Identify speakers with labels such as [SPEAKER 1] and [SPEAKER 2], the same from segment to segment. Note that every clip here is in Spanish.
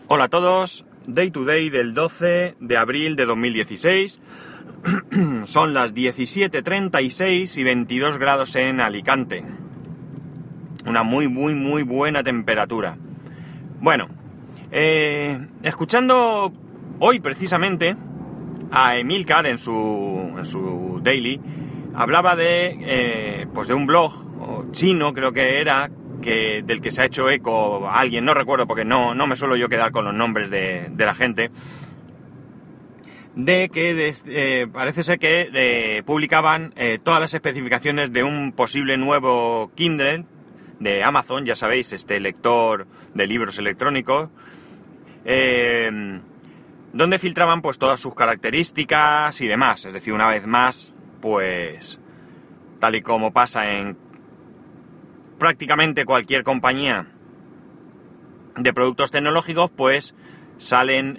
[SPEAKER 1] Hola a todos, Day to Day del 12 de abril de 2016. Son las 17:36 y 22 grados en Alicante. Una muy buena temperatura. Bueno, escuchando hoy precisamente a Emilcar en su daily, hablaba de un blog chino, creo que era, del que se ha hecho eco a alguien, no recuerdo porque no me suelo yo quedar con los nombres de la gente, de que parece ser que publicaban todas las especificaciones de un posible nuevo Kindle de Amazon, ya sabéis, este lector de libros electrónicos, donde filtraban pues todas sus características y demás. Es decir, una vez más, pues tal y como pasa en prácticamente cualquier compañía de productos tecnológicos, pues salen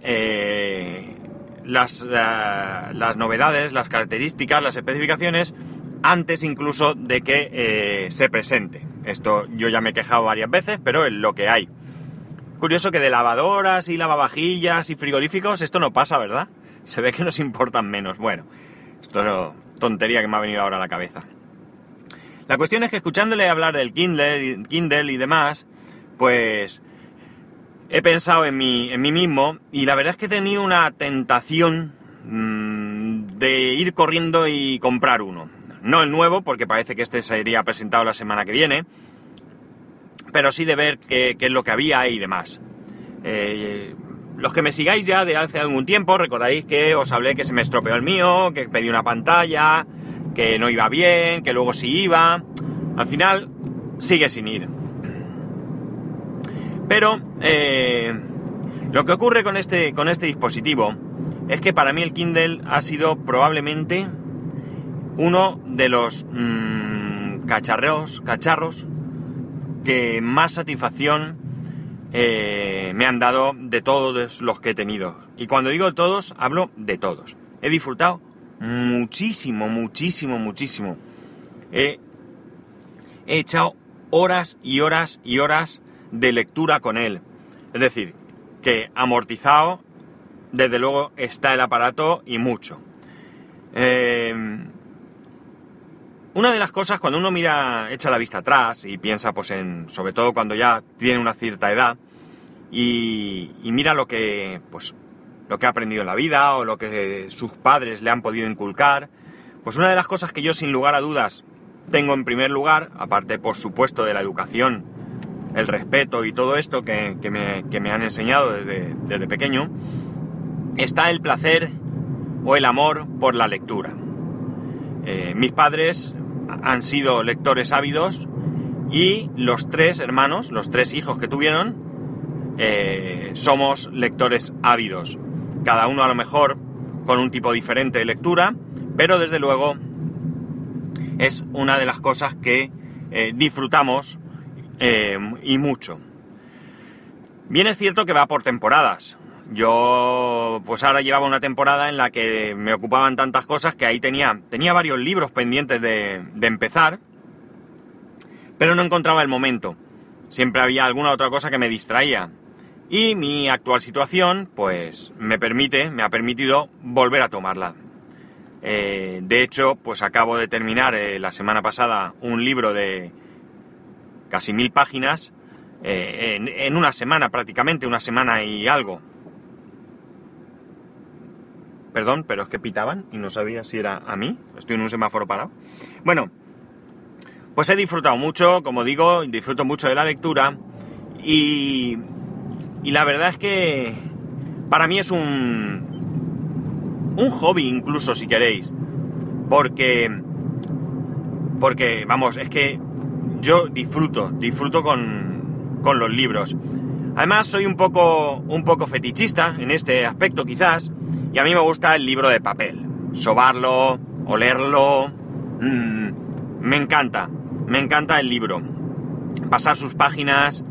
[SPEAKER 1] las novedades, las características, las especificaciones antes incluso de que se presente. Esto yo ya me he quejado varias veces, pero es lo que hay. Curioso que de lavadoras y lavavajillas y frigoríficos esto no pasa, ¿verdad? Se ve que nos importan menos. Bueno, esto es tontería que me ha venido ahora a la cabeza. La cuestión es que escuchándole hablar del Kindle y demás, pues he pensado en mí mismo, y la verdad es que he tenido una tentación de ir corriendo y comprar uno. No el nuevo, porque parece que este sería presentado la semana que viene, pero sí de ver qué es lo que había y demás. Los que me sigáis ya de hace algún tiempo, recordaréis que os hablé que se me estropeó el mío, que pedí una pantalla, que no iba bien, que luego sí iba. Al final sigue sin ir. Pero lo que ocurre con este dispositivo es que para mí el Kindle ha sido probablemente uno de los cacharros que más satisfacción me han dado de todos los que he tenido. Y cuando digo todos, hablo de todos. He disfrutado muchísimo. He echado horas y horas de lectura con él. Es decir, que amortizado, desde luego, está el aparato y mucho. Una de las cosas, cuando uno echa la vista atrás y piensa, pues sobre todo cuando ya tiene una cierta edad, y mira lo que ha aprendido en la vida o lo que sus padres le han podido inculcar, pues una de las cosas que yo sin lugar a dudas tengo en primer lugar, aparte por supuesto de la educación, el respeto y todo esto que me han enseñado desde pequeño, está el placer o el amor por la lectura. Mis padres han sido lectores ávidos y los tres hermanos, los tres hijos que tuvieron, somos lectores ávidos. Cada uno a lo mejor con un tipo diferente de lectura, pero desde luego es una de las cosas que disfrutamos y mucho. Bien es cierto que va por temporadas. Yo pues ahora llevaba una temporada en la que me ocupaban tantas cosas que ahí tenía varios libros pendientes de empezar, pero no encontraba el momento. Siempre había alguna otra cosa que me distraía. Y mi actual situación, pues me ha permitido volver a tomarla. De hecho, pues acabo de terminar la semana pasada un libro de casi 1000 páginas, en una semana prácticamente, una semana y algo. Perdón, pero es que pitaban y no sabía si era a mí. Estoy en un semáforo parado. Bueno, pues he disfrutado mucho, como digo, disfruto mucho de la lectura y la verdad es que para mí es un hobby incluso, si queréis, porque vamos, es que yo disfruto con los libros. Además soy un poco fetichista en este aspecto quizás, y a mí me gusta el libro de papel, sobarlo, olerlo, me encanta el libro, pasar sus páginas,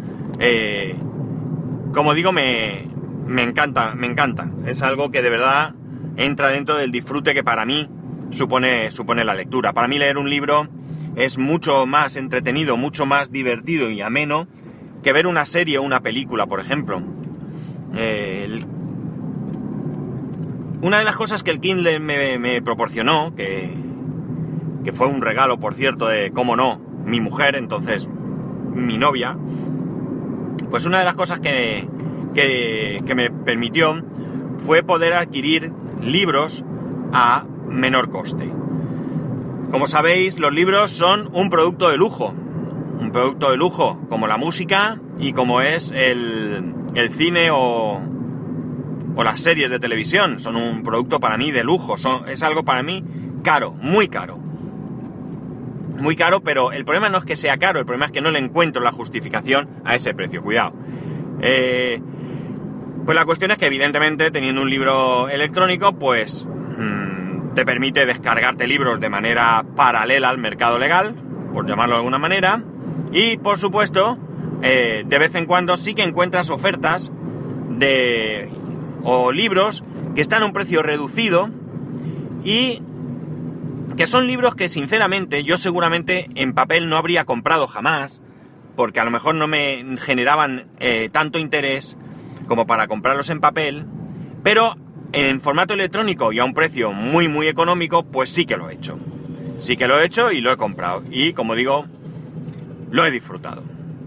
[SPEAKER 1] como digo, me encanta, es algo que de verdad entra dentro del disfrute que para mí supone la lectura. Para mí leer un libro es mucho más entretenido, mucho más divertido y ameno que ver una serie o una película, por ejemplo. Una de las cosas que el Kindle me proporcionó, que fue un regalo, por cierto, de, cómo no, mi mujer, entonces mi novia, pues una de las cosas que me permitió fue poder adquirir libros a menor coste. Como sabéis, los libros son un producto de lujo como la música y como es el cine o las series de televisión. Son un producto para mí de lujo, es algo para mí caro, muy caro, pero el problema no es que sea caro, el problema es que no le encuentro la justificación a ese precio. Cuidado. Pues la cuestión es que evidentemente teniendo un libro electrónico, pues te permite descargarte libros de manera paralela al mercado legal, por llamarlo de alguna manera, y por supuesto de vez en cuando sí que encuentras ofertas o libros que están a un precio reducido y que son libros que sinceramente yo seguramente en papel no habría comprado jamás, porque a lo mejor no me generaban tanto interés como para comprarlos en papel, pero en formato electrónico y a un precio muy muy económico, pues sí que lo he hecho. Sí que lo he hecho y lo he comprado. Y como digo, lo he disfrutado.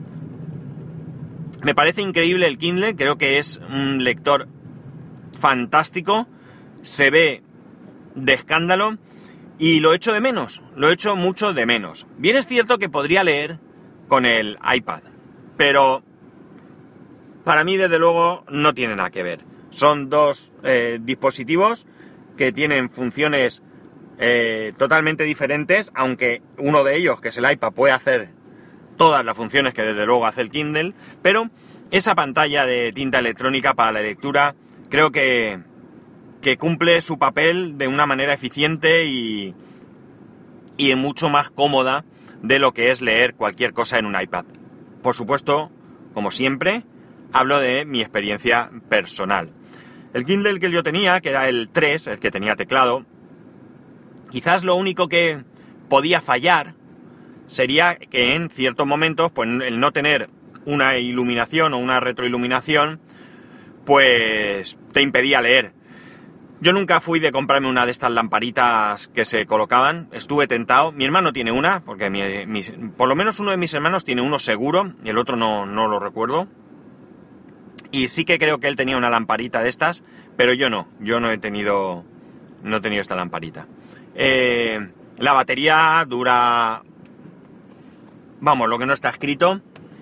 [SPEAKER 1] Me parece increíble el Kindle, creo que es un lector fantástico, se ve de escándalo y lo echo de menos, lo echo mucho de menos. Bien es cierto que podría leer con el iPad, pero para mí desde luego no tiene nada que ver. Son dos dispositivos que tienen funciones totalmente diferentes, aunque uno de ellos, que es el iPad, puede hacer todas las funciones que desde luego hace el Kindle, pero esa pantalla de tinta electrónica para la lectura creo que cumple su papel de una manera eficiente y mucho más cómoda de lo que es leer cualquier cosa en un iPad. Por supuesto, como siempre, hablo de mi experiencia personal. El Kindle que yo tenía, que era el 3, el que tenía teclado, quizás lo único que podía fallar sería que en ciertos momentos, pues el no tener una iluminación o una retroiluminación, pues te impedía leer. Yo nunca fui de comprarme una de estas lamparitas que se colocaban, estuve tentado. Mi hermano tiene una, porque por lo menos uno de mis hermanos tiene uno seguro, y el otro no lo recuerdo. Y sí que creo que él tenía una lamparita de estas, pero yo no he tenido esta lamparita. La batería dura, vamos, lo que no está escrito.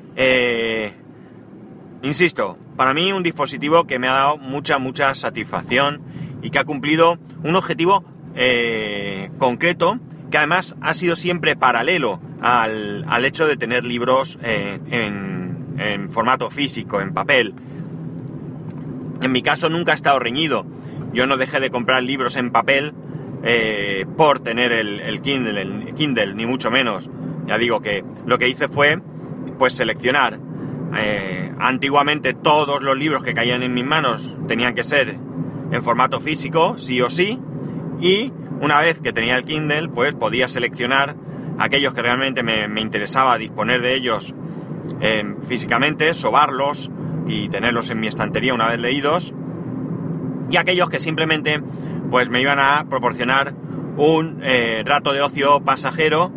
[SPEAKER 1] Insisto, para mí un dispositivo que me ha dado mucha satisfacción y que ha cumplido un objetivo concreto, que además ha sido siempre paralelo al hecho de tener libros en formato físico, en papel. En mi caso nunca ha estado reñido. Yo no dejé de comprar libros en papel por tener el Kindle, ni mucho menos. Ya digo que lo que hice fue pues seleccionar. Antiguamente todos los libros que caían en mis manos tenían que ser en formato físico, sí o sí, y una vez que tenía el Kindle, pues podía seleccionar aquellos que realmente me interesaba disponer de ellos físicamente, sobarlos y tenerlos en mi estantería una vez leídos, y aquellos que simplemente pues me iban a proporcionar un rato de ocio pasajero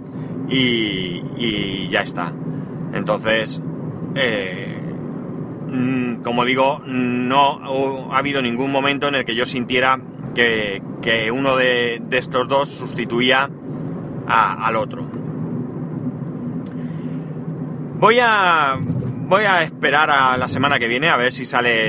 [SPEAKER 1] y ya está. Entonces, como digo, no ha habido ningún momento en el que yo sintiera que uno de estos dos sustituía al otro. Voy a esperar a la semana que viene a ver si sale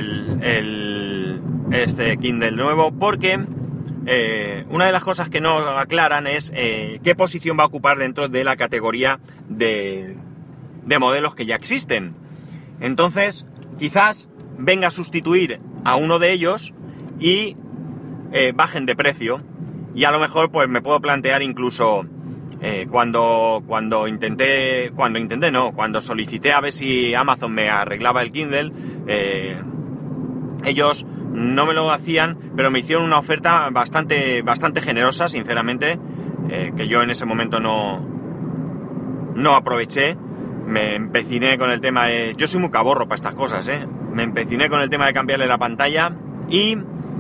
[SPEAKER 1] este Kindle nuevo, porque una de las cosas que no aclaran es qué posición va a ocupar dentro de la categoría de modelos que ya existen. Entonces, quizás venga a sustituir a uno de ellos y bajen de precio, y a lo mejor pues me puedo plantear incluso cuando solicité a ver si Amazon me arreglaba el Kindle, ellos no me lo hacían, pero me hicieron una oferta bastante generosa, sinceramente, que yo en ese momento no aproveché. Me empeciné con el tema de... Yo soy muy caborro para estas cosas, me empeciné con el tema de cambiarle la pantalla y,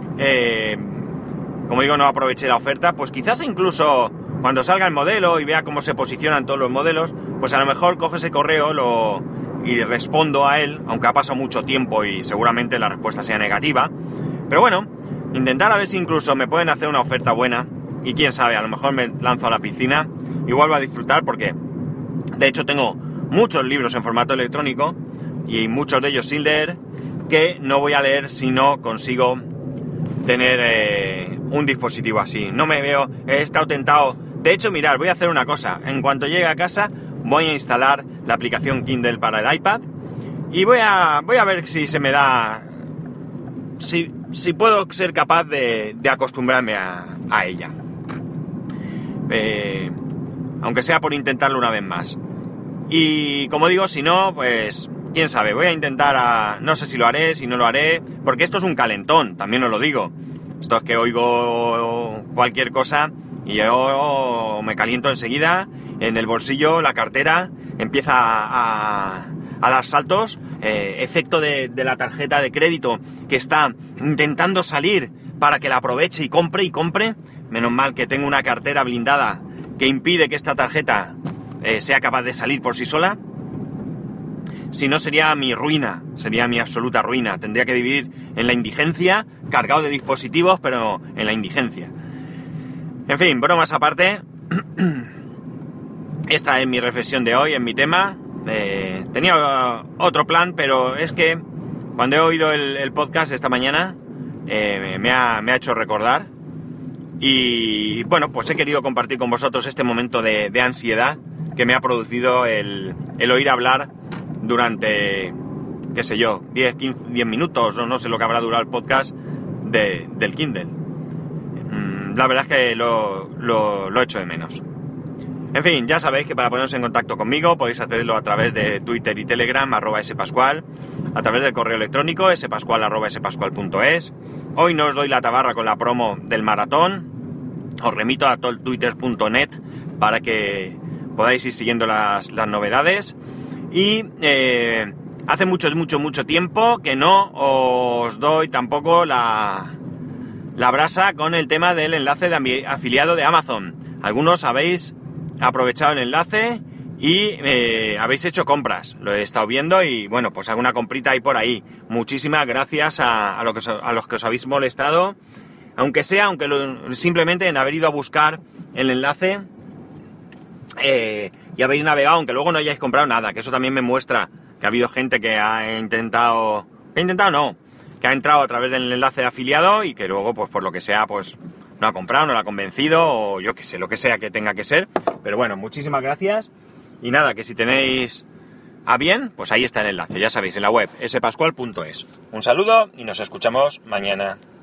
[SPEAKER 1] como digo, no aproveché la oferta. Pues quizás incluso cuando salga el modelo y vea cómo se posicionan todos los modelos, pues a lo mejor coge ese correo y respondo a él, aunque ha pasado mucho tiempo y seguramente la respuesta sea negativa. Pero bueno, intentar a ver si incluso me pueden hacer una oferta buena y quién sabe, a lo mejor me lanzo a la piscina y vuelvo a disfrutar, porque de hecho tengo muchos libros en formato electrónico y muchos de ellos sin leer, que no voy a leer si no consigo tener un dispositivo así. No me veo, he estado tentado. De hecho, mirad, voy a hacer una cosa. En cuanto llegue a casa, voy a instalar la aplicación Kindle para el iPad y voy a ver si se me da, si puedo ser capaz de acostumbrarme a ella. Aunque sea por intentarlo una vez más. Y como digo, si no, pues quién sabe, voy a intentar, no sé si lo haré, si no lo haré, porque esto es un calentón, también os lo digo. Esto es que oigo cualquier cosa y yo me caliento enseguida. En el bolsillo, la cartera empieza a dar saltos, efecto de la tarjeta de crédito que está intentando salir para que la aproveche y compre. Menos mal que tengo una cartera blindada que impide que esta tarjeta sea capaz de salir por sí sola. Si no, sería mi ruina, sería mi absoluta ruina. Tendría que vivir en la indigencia, cargado de dispositivos, pero en la indigencia. En fin, bromas aparte. Esta es mi reflexión de hoy, en mi tema. Tenía otro plan, pero es que cuando he oído el podcast esta mañana, me ha hecho recordar. Y bueno, pues he querido compartir con vosotros este momento de ansiedad que me ha producido el oír hablar durante, qué sé yo, 10 minutos, o no sé lo que habrá durado el podcast del Kindle. La verdad es que lo echo de menos. En fin, ya sabéis que para poneros en contacto conmigo podéis hacerlo a través de Twitter y Telegram, @spascual, a través del correo electrónico spascual@spascual.es. Hoy no os doy la tabarra con la promo del maratón, os remito a toltwitter.net para que podáis ir siguiendo las novedades. Y hace mucho tiempo que no os doy tampoco la brasa con el tema del enlace de afiliado de Amazon. Algunos habéis aprovechado el enlace y habéis hecho compras. Lo he estado viendo y bueno, pues alguna comprita hay por ahí. Muchísimas gracias a los que os habéis molestado, aunque simplemente en haber ido a buscar el enlace y habéis navegado, aunque luego no hayáis comprado nada, que eso también me muestra que ha habido gente que ha entrado a través del enlace de afiliado y que luego, pues por lo que sea, pues no ha comprado, no la ha convencido, o yo qué sé, lo que sea que tenga que ser. Pero bueno, muchísimas gracias. Y nada, que si tenéis a bien, pues ahí está el enlace, ya sabéis, en la web spascual.es. Un saludo y nos escuchamos mañana.